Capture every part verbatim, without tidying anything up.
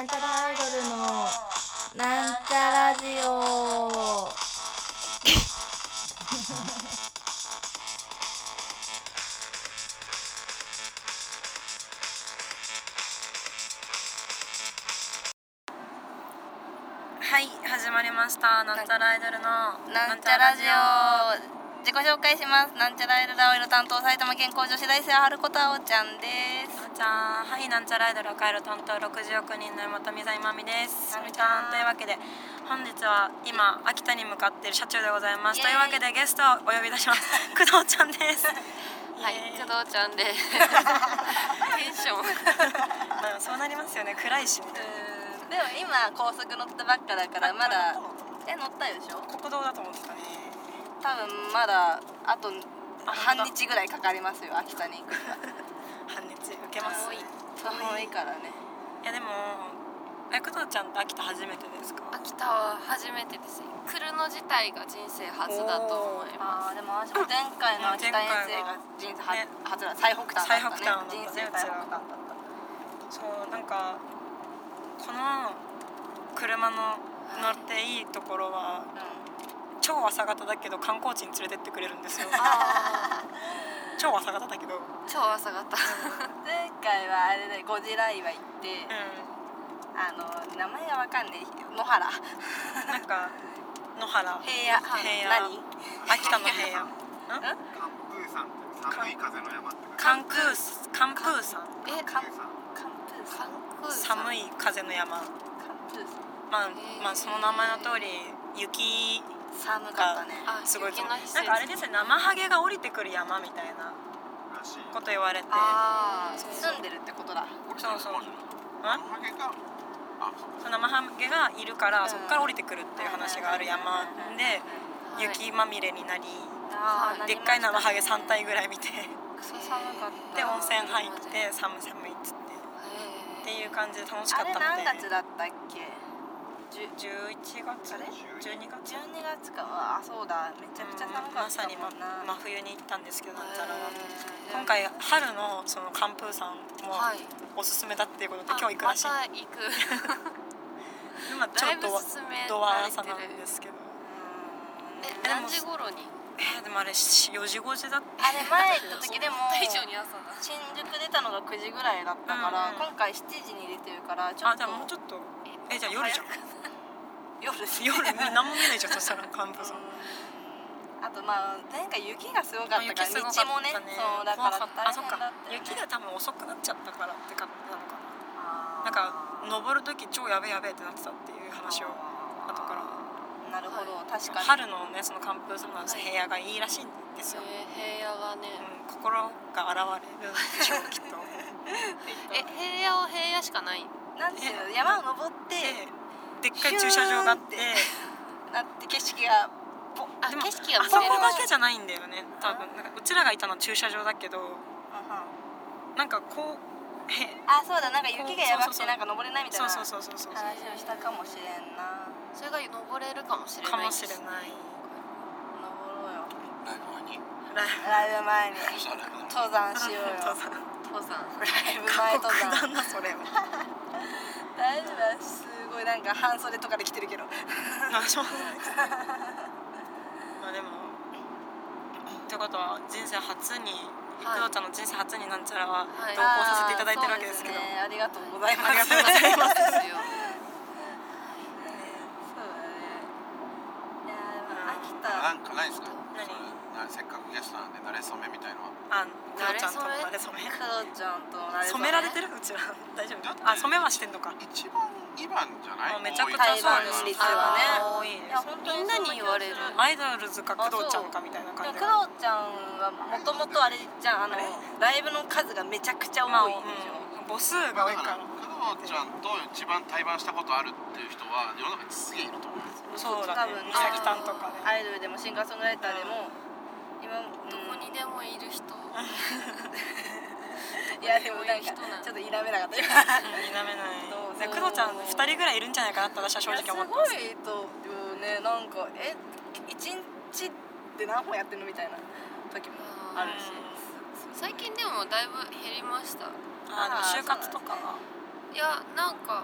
なんちゃらアイドルのなんちゃラジオはい、始まりました。なんちゃらアイドルのなんちゃラジオ。自己紹介します。なんちゃらアイドル青色担当埼玉県工場市大生春子とあおちゃんです。 あおちゃん、はい、なんちゃらアイドル赤色担当ろくじゅうおくにんの山田美沙今美です。みたんというわけで本日は今秋田に向かっている車中でございます。というわけでゲストをお呼びいたします。工藤ちゃんです。 はい、工藤ちゃんです。テンションまあそうなりますよね。暗いしみたいな。 でも今高速乗ったばっかだからまだえ乗ったでしょ。 国道だと思ってたね。 多分まだあと半日ぐらいかかりますよ、秋田に行くには。 半日受けますね。 遠いからね。 いやでもえ工藤ちゃんって秋田初めてですか？ 秋田は初めてです。来るの自体が人生初だと思います。 あーでも私も前回の秋田遠征が人生ね初だ、最北端だったね。 最北端だったね人生最北端だった。 そうなんかこの車の乗っていいところは、 うん、 超朝方だけど観光地に連れてってくれるんですよ。 あ超朝方だけど、うん、 超朝方。 前回はあれでゴジラ岩行って、あの名前がわかんない野原なんか野原平野平野何秋田の平野ん寒風山って寒い風の山って寒空寒風山え、 カン寒カンプーさん関空寒い風の山。 カンプーさんまあ、まあその名前の通り雪寒かったね。 あ、 すごい雪の季節。 なんかあれですね、生ハゲが降りてくる山みたいならしい。 こと言われて、 ああ、 そう住んでるってことだ。 そうそう、 生ハゲが、あ、 その生ハゲがいるから、 うんそこから降りてくるっていう話がある山ではい雪まみれになり、 あーでっかい生ハゲさん体ぐらい見てクソ寒かった。 で温泉入って寒い寒いっつってっていう感じで楽しかあれったので、 何月だったっけ？じゅじゅういちがつあれじゅうにがつじゅうにがつか。あ、そうだ。めちゃくちゃ寒かったまさに、ま、 もんな。 真冬に行ったんですけど、なんちゃらはえー今回春のその寒風山もはい。 おすすめだっていうことであ今日行くらしい。 また行く。 今ちょだいぶっと進めドアられてる朝なんですけど、 え、 でも何時頃に？ えー、でもあれよじごじだったあれ前行った時でも思った以上に朝だ。 新宿出たのがくじぐらいだったから、 うんうん今回しちじに出てるからちょっとあ、じゃあもうちょっとえじゃあ夜じゃん夜です夜何も見えないじゃんそしたら寒風山。 あとまあ前回雪がすごかったから、 雪すごかった道もね、そうだから怖かった。あ、そっか大変だったよね。 雪が多分遅くなっちゃったからって感じなのかあーな。なんか登る時超やべえやべえってなってたっていう話を後から。 なるほど、確かに春のねその寒風山の部屋がいいらしいんですよ。 えー、平野がね。 うん、心が現れるんでしょうきっと。 え、平野は平野しかない。 なんていうの、山を登ってででっかい駐車場があって、 なって景色がポッあ、 でも景色があそ見れる。 こだけじゃないんだよね多分。なんかうちらがいたのは駐車場だけど、なんかこうへあ、そうだ、なんか雪がやばくそうそうそうてなんか登れないみたいなそうそうそうそうそう話をしたかもしれんな。 それが登れるかもしれない。 かもしれない。 登ろうよ。 ライブ前に。 ライライブ前にどうしたらライブ前に。 登山しようよ。 登山登山。 ライブ過酷前登山。 だなそれは。 大丈夫だ、すごいなんか半袖とかで来てるけど。 あ、しょうがないですまあでもってことは人生初に工はい藤ちゃんの人生初になんちゃらははい同行させていただいてるわけですけど、 あーそうね、ありがとうございます。 ありがとうございますですよ。 そうだね。いやーでも秋田。 なんかないですか。 何それなせっかくゲストなんで慣れ初めみたいのは。 あ、工藤ちゃんとの馴れ初め工藤ちゃんと馴れ初め染められてるうちら大丈だって夫？あ、染めはしてんのか。 一番二番じゃない。 あめちゃくちゃそう対ですバン率はね。 多いです。 いや本当みんなに言われる。 アイドルズか工藤ちゃんかみたいなでも感じで。 工藤ちゃんはもともとあれじゃん、あのライブの数がめちゃくちゃ多まあ、 いでしょ。 うん、母数が多いから。 工藤ちゃんと一番対バンしたことあるっていう人は世の中にすげえいると思います。 そうだね。 多分美咲さんとかね。 アイドルでもシンガーソングライターでも今どこにでもいる人。 いやでもなんかどういう人なのちょっと否めなかった今。 うん、否めない。 そうで工藤ちゃん二人ぐらいいるんじゃないかなって私は正直思ってます。 いやすごいと思うね。なんかえ一日って何本やってんのみたいな時もあるし。 最近でもだいぶ減りました。 あ、でも就活とかは。 いや、なんか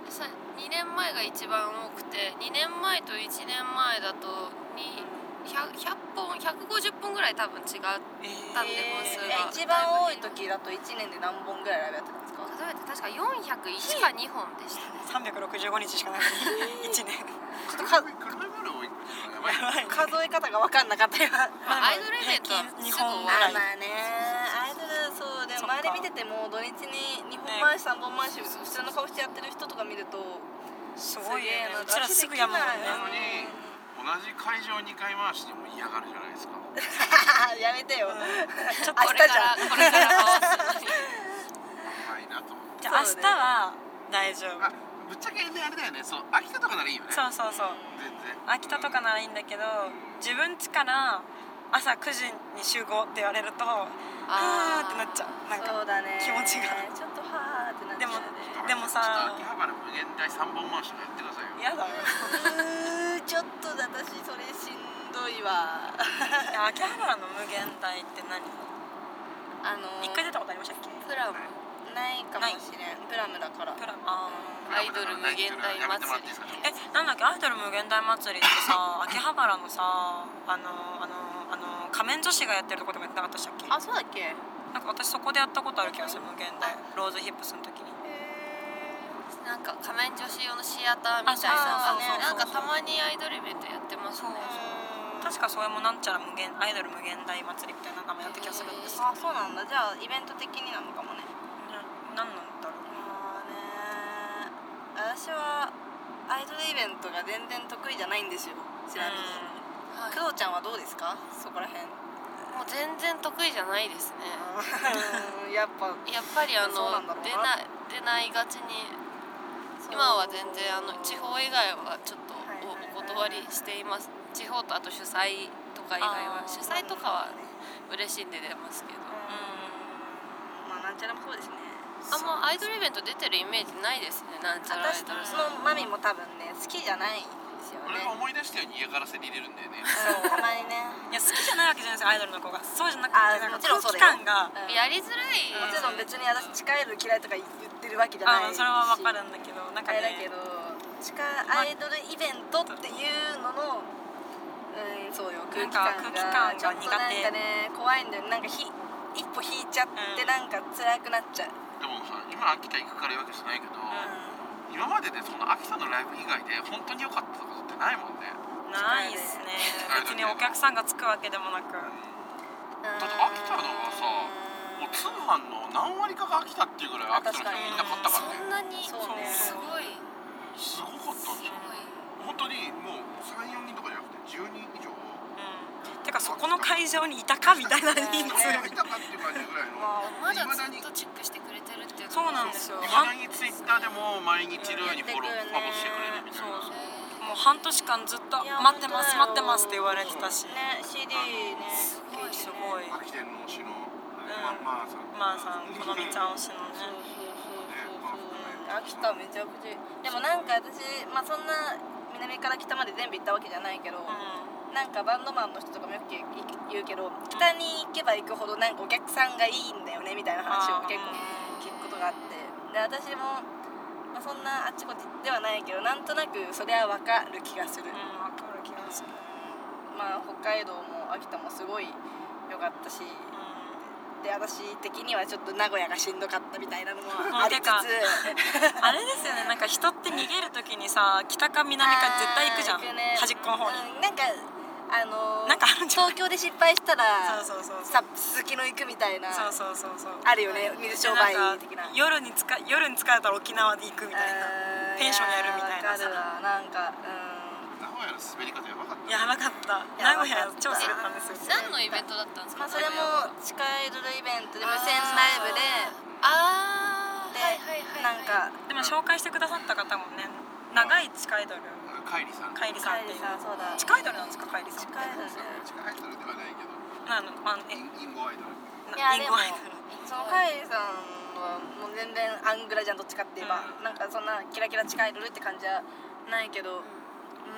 さにねんまえが一番多くて、にねんまえといちねんまえだとにひゃくぽんひゃくごじゅっぽんぐらい多分違ったんで、本数が一番多い時だといちねんで何本ぐらいライブやってたんですか？ 数えて確かよんひゃくいちかにほんでしたね。 さんびゃくろくじゅうごにちしかないのにいちねん。 ちょっとか車まで多いからやばいやばいね。 数え方が分かんなかったよ。 まあアイドルイベントはすぐ終わる。 あまあね、アイドルそうでも周り見てても土日ににほん回しさんぼん回し普通の顔してやってる人とか見るとすごいよね。 すげえなうちらすぐやむもんね。 なのに同じ会場にかい回しでも嫌がるじゃないですか。 やめてよ。 ちょっとこれからこれから回すのに。 はいなと思って。 じゃあ明日は大丈夫。 あ、ぶっちゃけねあれだよね。そう秋田とかならいいよね。 そうそうそう。 全然。 秋田とかならいいんだけど、自分家から朝くじに集合って言われるとはーってなっちゃう。なんかそうだね。 気持ちがちょっとはーってなっちゃうね。 でもさちょっと秋葉原無限大さんぼん回しとかやってくださいよ。 嫌だよ。 うーちょっと私それしんどいわ。 いや秋葉原の無限大って何？ あの一回出たことありましたっけ？ プラムないかもしれん。プラムだから。 プラあーアイドル無限大やめてもらっていい祭り。 ですか？ え、なんだっけアイドル無限大祭りってさ秋葉原のさあのあのあの仮面女子がやってるとこでもやってなかったでしたっけ？ あ、そうだっけ？ なんか私そこでやったことある気がする無限大ローズヒップスの時に。 なんか仮面女子用のシアターみたいなあそうそうそうそうなんかたまにアイドルイベントやってますね。 確かそれもなんちゃら無限アイドル無限大祭りみたいな名前だった気がするんですよ。 あ、そうなんだ。じゃあイベント的になのかもね。 ななんなんだろう。 まあね、私はアイドルイベントが全然得意じゃないんですよ。ちなみに。 はい工藤ちゃんはどうですか？そこら辺。 もう全然得意じゃないですね。 やっぱやっぱりあそうなのんだろうな出ない出ないがちに今は全然あの地方以外はちょっとはいはいはいおお断りしています。地方とあと主催とか以外はあー主催とかは嬉しいんで出ますけど、 まあなんちゃらもそうですね。 あんまアイドルイベント出てるイメージないですね。なんちゃらアイ私ドルそのマミも多分ね好きじゃないんですよね。 俺が思い出したように嫌がらせに入れるんだよね。 そうたまにね。 いや好きじゃないわけじゃないですよアイドルの子が。そうじゃなくあてなんかもちろん空気そうだよ感がうんやりづらい。 もちろん別に私地下アイドル嫌いとか言ってるわけじゃないし。 あそれはわかるんだけどなんかあれだけねど地下アイドルイベントっていうののうんそうよ空気感なんか空気感ががちょっとなん苦手かね怖いんだよ。なんかひ一歩引いちゃってうんなんか辛くなっちゃう。 でもさ、今秋田行くから言うわけじゃないけど、 う今まででその秋田のライブ以外で本当に良かったことってないもんね。 ないっすね。別にお客さんがつくわけでもなく。 んだって秋田のはさ、もう通販の何割かが秋田っていうぐらい秋田の人みんな買ったからね。 そんなにそうねすごいすごかったんですよ。本当にもうさん、よにんとかじゃなくてじゅうにん以上。 うん。てかそこの会場にいたかみたいな人数。 いたかっていう感じぐらいの。 まだ未だにずっとチェックしてくれてるっていうのそうなんですよ。 いまだにツイッターでも毎日のようにフォロー、フォローしてくれるみたいな。 そうもう半年間ずっと待ってます待ってますって言われてたし。 ね シーディー ねすごいすごい。 秋田の推しの、ままあさん。 まあさんこのみちゃん推しのね。 秋田めちゃくちゃでもなんか私まあそんな南から北まで全部行ったわけじゃないけど、 うなんかバンドマンの人とかもよく言うけど北に行けば行くほどなんかお客さんがいいんだよねみたいな話を結構聞くことがあってで私も、まあ、そんなあっちこっちではないけどなんとなくそれは分かる気がする、 ん。うんわかる気がする。 まあ北海道も秋田もすごい良かったしで私的にはちょっと名古屋がしんどかったみたいなのもありつつあれですよねなんか人って逃げるときにさ北か南か絶対行くじゃん、 あー行くね端っこの方に、 うんなんかあのー、 なんかあるんじゃん東京で失敗したらそうそうそうそうさ鈴木の行くみたいなそうそうそうそうあるよね水商売でなんか的な夜につか夜に疲れたら沖縄で行くみたいなうんテンションやるみたいなさやわかるわなんかうん名古屋の滑り方やばかった。 やばかったやばかった名古屋超滑ったんですよ何のイベントだったんですか？ まあそれも地下アイドルイベントで無線ライブであーではいはいはいはいなんかでも紹介してくださった方もね長い地下アイドルカイリさん。 カイリさんっていうカイリさんそうだ地下アイドルなんですかカイリさん地下アイドルそう地下アイドルではないけど、 なのまあえインインゴアイドル。 いやでもインゴアイドルそのカイリさんはもう全然アングラじゃんどっちかって言えば、 うんなんかそんなキラキラ地下アイドルって感じじゃないけどうん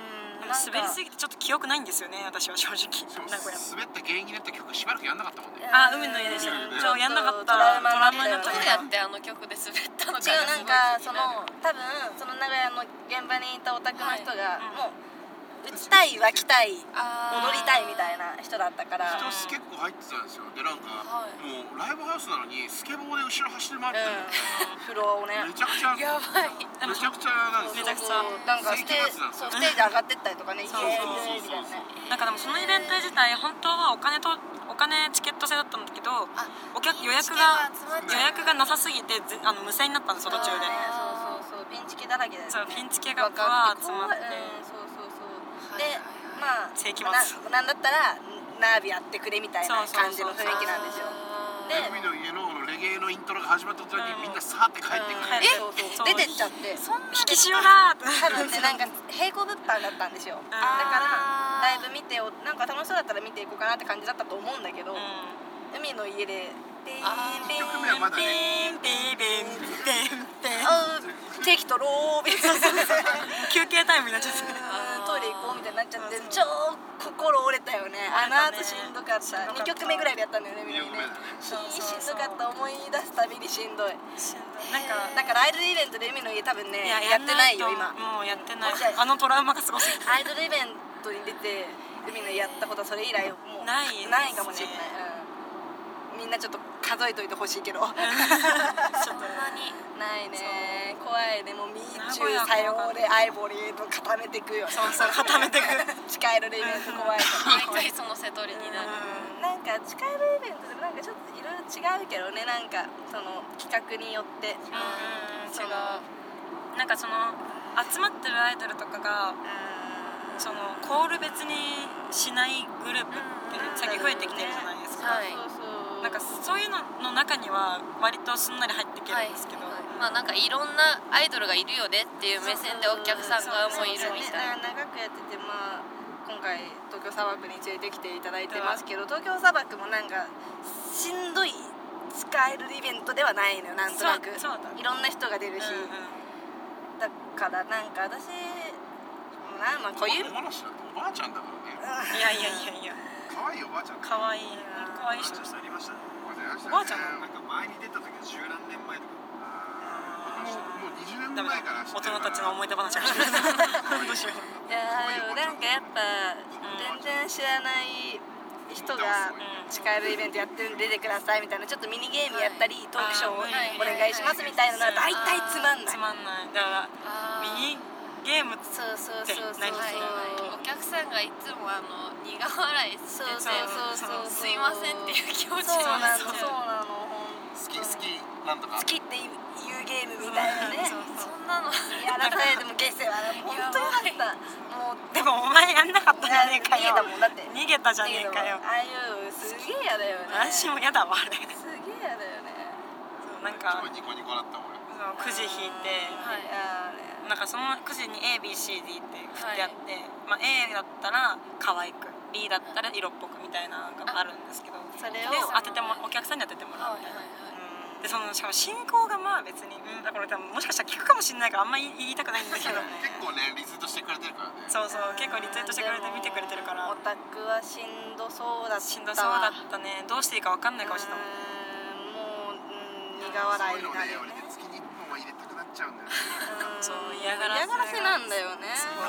滑りすぎてちょっと記憶ないんですよね私は正直。 でも名古屋滑った原因になった曲しばらくやんなかったもんね。 あ、海の家でしょ。 うんそうやんなかったトラウマトラウになったよマになっちゃったどうやってあの曲で滑ったのか違う、なんかそのす多分その名古屋の現場にいたオタクの人が、 はいもう打ちたい、湧きたい、 ごい気になる踊りたいみたいな人だったから、 人結構入ってたんですよ。でなんか、 はいもうライブハウスなのにスケボーで後ろ走り回ってたの、 うん、フロアをねめちゃくちゃやばいめちゃくちゃなんですよ。 めちゃくちゃそうなんかステージ、そうステージ上がってったりとかね、イエそうーそうイみたいなね。 なんかでもそのイベント自体本当はお金とお金チケット制だったんだけど、お客予約が予約がなさすぎてぜあの無制になったんですよ途中で。 そうそうそう、ピンチ系だらけだよね。 そうピンチ系がわー集まってうん、そうそうそう。で、まあ世紀末ななんだったらナービやってくれみたいな感じの雰囲気なんですよ。で海の家のレゲエのイントロが始まった時にみんなさーって帰ってくる、 帰ってえ、そうそう出てっちゃって。 そんな引き潮だーって多分ね、なんか並行物販だったんですよ。だからライブ見てお、なんか楽しそうだったら見ていこうかなって感じだったと思うんだけど、海の家でピーンピーンいっきょくめはまだねピンピンピンピンピンあーテキとローみたいな休憩タイムになっちゃってトイレ行こうみたいになっちゃって、超心折れたよね。あの後しんどかった。にきょくめぐらいでやったんだよね、みんなね。しんどかった、思い出すたびにしんどい。 なんかだからアイドルイベントで海の家多分ねいややってないよ今。 もうやってないもしやあのトラウマがすごすぎてアイドルイベントに出て海の家やったことはそれ以来もうないですねないかもしれない。うん、みんなちょっと数えといてほしいけど。 ちょっと何ないね、怖いね。もうミーチュ名古屋ーさようでアイボリーと固めていくよ。 そうそう固めてく地下アイドルイベント怖いから毎回その瀬戸りになるうん、なんか地下アイドルイベントでもなんかちょっといろいろ違うけどね、なんかその企画によってうんその違うなんかその集まってるアイドルとかがそのコール別にしないグループって最近増えてきてるじゃないですか、 はいそうそうなんかそういうのの中には割とすんなり入ってきてるんですけど、 まあなんかいろんなアイドルがいるよねっていう目線でお客さんがもういるみたいな。 長くやってて、まあ今回東京砂漠に連れてきていただいてますけど、東京砂漠もなんかしんどい使えるイベントではないのよ、なんとなく。 そうそうだいろんな人が出るし、 うんうんだからなんか私なまあこういうおばあちゃんおばあちゃんだからね。 いやいやいやいや可愛いおばあちゃん。 可愛い可愛い人ありましたね。 おばあちゃんなのなんか前に出た時は十何年前とか。 もうにじゅうねんダメだまえから知ってるから。 大人たちの思い出話が始まるどうしよういやーでもなんかやっぱ全然知らない人が地下アイドルイベントやってるんで出てくださいみたいな、ちょっとミニゲームやったりトークショーをお願いしますみたいなのは大体つまんない。 つまんないだからミニゲームそうそうそうそうそう、 何はいお客さんがいつもあの苦笑いしててそうそうそうそうすいませんっていう気持ちそうなのになっちゃそうなの好き好きなんとか。 好きっていうゲームみたいなね、 そうそんなのやらされてもゲセは本当によかった。もうでもお前やんなかったじゃねえか逃げよたもんだって。 逃げたじゃねえかよああいうすげえやだよね。 私もやだわあれすげえやだよね。 そうなんかすごいニコニコだった俺。 そうくじ引いてはいあーねなんかそのくじに エービーシーディー って振ってあって、まあ、A だったら可愛く B だったら色っぽくみたいなのがあるんですけどそれをで当ててもお客さんに当ててもらうみたいな、でそのしかも進行がまあ別に、うん、だから多分もしかしたら聞くかもしれないからあんまり言いたくないんだけど結構ねリツイートしてくれてるからね。 そうそう結構リツイートしてくれて見てくれてるからオタクはしんどそうだったわ。 しんどそうだったねどうしていいか分かんない顔してたもんうーんもう、うん、苦笑いになるよね。 俺ね月にいっぽんは入れたくなっちゃうんだよね。 うんそう嫌がらせ嫌がらせなんだよね。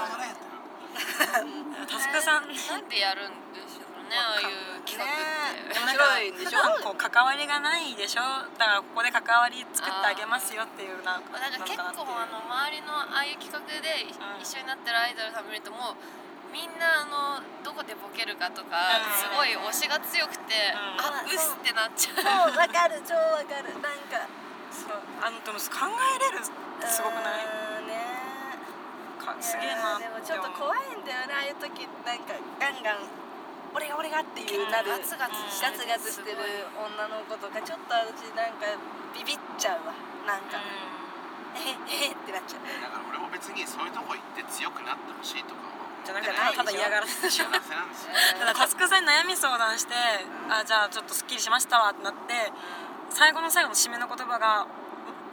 タスクさんなんでやるんでしょうねああいう企画って、 ね面白いんでしょ。 普段こう関わりがないでしょだからここで関わり作ってあげますよっていうななんか結構あの周りのああいう企画で一緒になってるアイドルさん見るともうみんなあのどこでボケるかとかうんすごい推しが強くて、 うんあうっすってなっちゃう。 そうわかる超わかる。なんかそうあのでも考えれるすごくないうーんね。 かすげえなってでもちょっと怖いんだよね、ああいう時なんかガンガン俺が俺がっていうなるガツガツしてるガツガツしてる女の子とかちょっと私なんかビビっちゃうわ。なんかええってなっちゃう。 だから俺も別にそういうとこ行って強くなってほしいとかはじゃなくてただただ嫌がらせでしょ幸せなんですよ。 ただタスクさんに悩み相談してあじゃあちょっとすっきりしましたわってなって最後の最後の締めの言葉が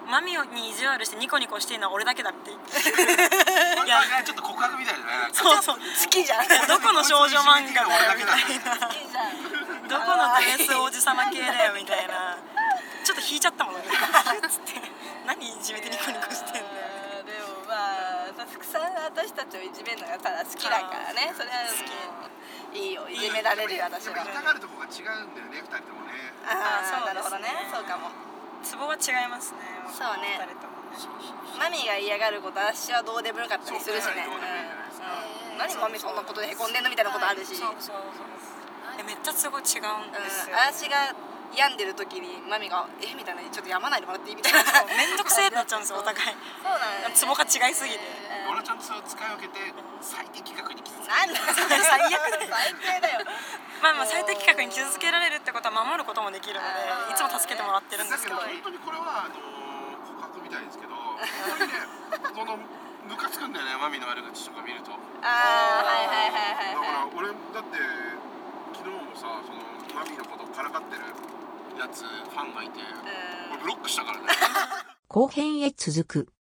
マミに意地悪してニコニコしてるのは俺だけだって言っていやちょっと告白みたいだね。 そうそう好きじゃんどこの少女漫画だよみたいな好きじゃんどこのドレス王子様系だよみたいなちょっと引いちゃったもんねつって何いじめてニコニコしてんだよあーでもまあたくさん私たちをいじめるのがただ好きだからね。それはもういいよ、いじめられるよ私は。 やっぱ痛がるとこが違うんだよね、二人ともね。 ああ、 そうですねなるほどね。そうかも。 ツボは違いますねそうね二人ともねマミが嫌がること私はどうでもよかったりするしね。 そうどうでもいいじゃないですかうん何マミそんなことでへこんでんのみたいなことあるし。 そうそうそうえめっちゃツボ違うんですよ、 うん、私が病んでる時にマミが「えみたいなちょっと病まないでもらっていい?」みたいなそうめんどくせえってなっちゃうんですよお互いそうなんだよねツボが違いすぎて俺はちゃんとそれを使い分けて最適確に傷つける。 なんだ最悪だよ最低だよまあまあ最適確に傷つけられるってことは守ることもできるのであーいつも助けてもらってるんでだすけどけど本当にこれはあの告白みたいですけど、本当にねそのムカつくんだよね、マミの悪口とか見ると。 ああはいはいはいだからはい俺だって昨日もさ、そのマミのことからかってるやつファンがいて、 うん俺ブロックしたからね。 後編へ続く。